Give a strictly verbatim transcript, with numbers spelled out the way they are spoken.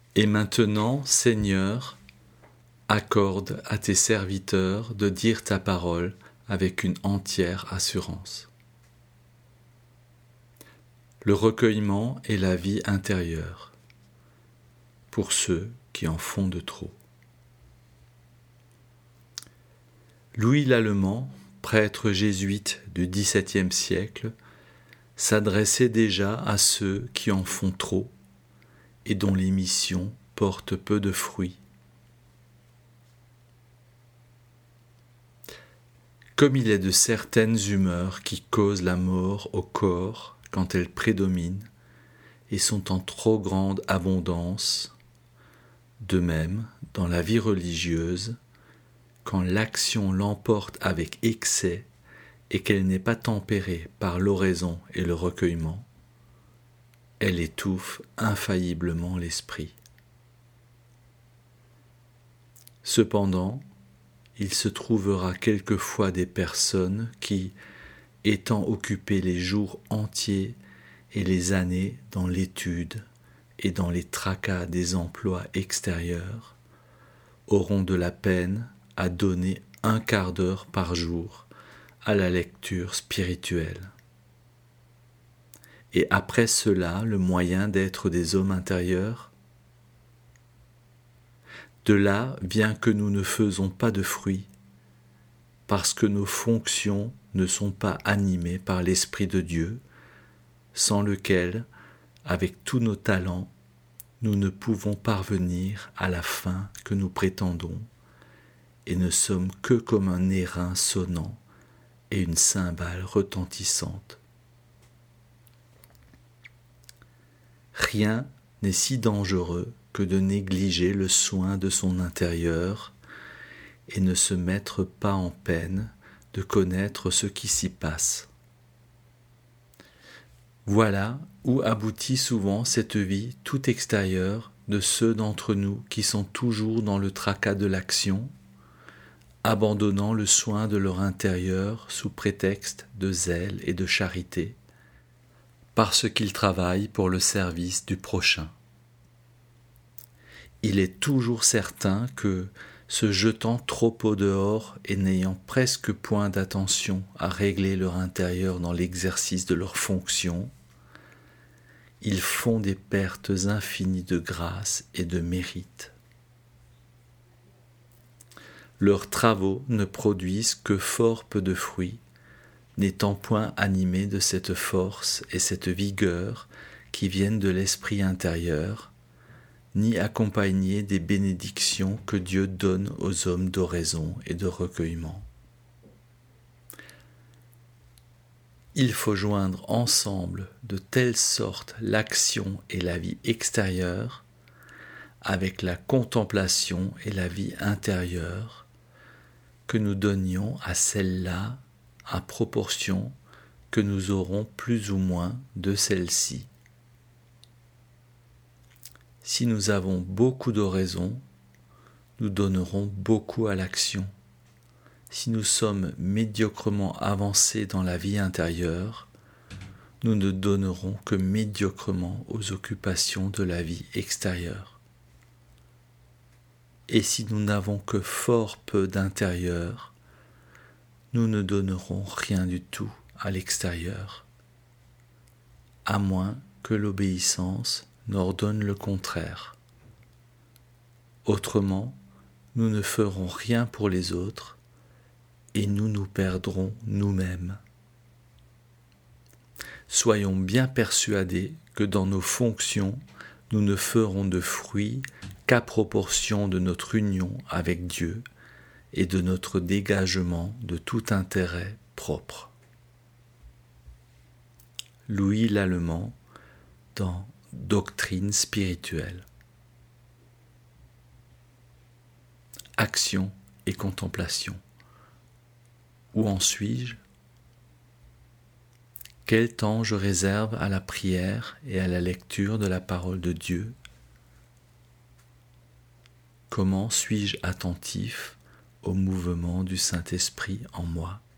Et maintenant, Seigneur, accorde à tes serviteurs de dire ta parole avec une entière assurance. Le recueillement est la vie intérieure pour ceux qui en font de trop. Louis Lallemand, prêtre jésuite du dix-septième siècle, s'adressait déjà à ceux qui en font trop et dont les missions portent peu de fruits. Comme il est de certaines humeurs qui causent la mort au corps quand elles prédominent et sont en trop grande abondance, de même, dans la vie religieuse, quand l'action l'emporte avec excès et qu'elle n'est pas tempérée par l'oraison et le recueillement, elle étouffe infailliblement l'esprit. Cependant, il se trouvera quelquefois des personnes qui, étant occupées les jours entiers et les années dans l'étude et dans les tracas des emplois extérieurs, auront de la peine à donner un quart d'heure par jour à la lecture spirituelle. Et après cela, le moyen d'être des hommes intérieurs? De là vient que nous ne faisons pas de fruits, parce que nos fonctions ne sont pas animées par l'Esprit de Dieu, sans lequel, avec tous nos talents, nous ne pouvons parvenir à la fin que nous prétendons, et ne sommes que comme un airain sonnant et une cymbale retentissante. Rien n'est si dangereux que de négliger le soin de son intérieur et ne se mettre pas en peine de connaître ce qui s'y passe. Voilà où aboutit souvent cette vie tout extérieure de ceux d'entre nous qui sont toujours dans le tracas de l'action, abandonnant le soin de leur intérieur sous prétexte de zèle et de charité, parce qu'ils travaillent pour le service du prochain. Il est toujours certain que, se jetant trop au dehors et n'ayant presque point d'attention à régler leur intérieur dans l'exercice de leurs fonctions, ils font des pertes infinies de grâce et de mérite. Leurs travaux ne produisent que fort peu de fruits, n'étant point animés de cette force et cette vigueur qui viennent de l'esprit intérieur, ni accompagnés des bénédictions que Dieu donne aux hommes d'oraison et de recueillement. Il faut joindre ensemble de telle sorte l'action et la vie extérieure avec la contemplation et la vie intérieure que nous donnions à celle-là à proportion que nous aurons plus ou moins de celle-ci. Si nous avons beaucoup d'oraison, nous donnerons beaucoup à l'action. Si nous sommes médiocrement avancés dans la vie intérieure, nous ne donnerons que médiocrement aux occupations de la vie extérieure. Et si nous n'avons que fort peu d'intérieur, nous ne donnerons rien du tout à l'extérieur, à moins que l'obéissance n'ordonne le contraire. Autrement, nous ne ferons rien pour les autres et nous nous perdrons nous-mêmes. Soyons bien persuadés que dans nos fonctions, nous ne ferons de fruits qu'à proportion de notre union avec Dieu et de notre dégagement de tout intérêt propre. Louis Lallemand, dans Doctrine spirituelle. Action et contemplation. Où en suis-je? Quel temps je réserve à la prière et à la lecture de la parole de Dieu? Comment suis-je attentif au mouvement du Saint-Esprit en moi?